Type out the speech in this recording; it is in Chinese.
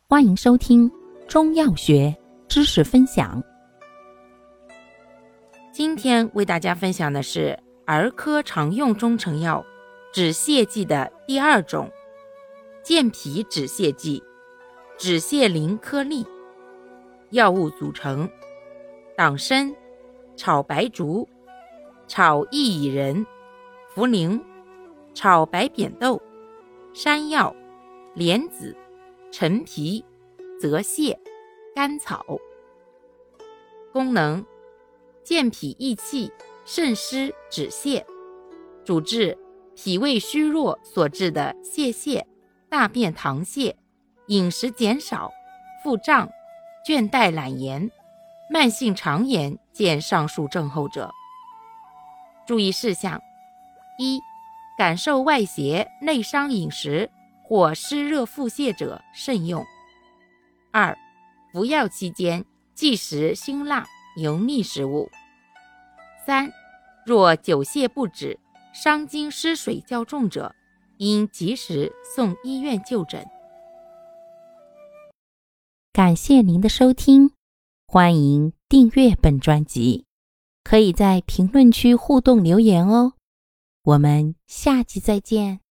欢迎收听中药学知识分享。今天为大家分享的是儿科常用中成药止泻剂的第二种，健脾止泻剂止泻灵颗粒。药物组成：党参、炒白术、炒薏苡仁、茯苓、炒白扁豆、山药、莲子、陈皮、泽泻、甘草。功能：健脾益气，渗湿止泻，主治脾胃虚弱所致的泄泻、大便溏泻、饮食减少、腹胀、倦怠懒言、慢性肠炎见上述症候者。注意事项：一、感受外邪、内伤饮食或湿热腹泻者慎用。二、服药期间忌食辛辣、油腻食物。三、若久泻不止、伤津失水较重者，应及时送医院就诊。感谢您的收听，欢迎订阅本专辑，可以在评论区互动留言哦。我们下期再见。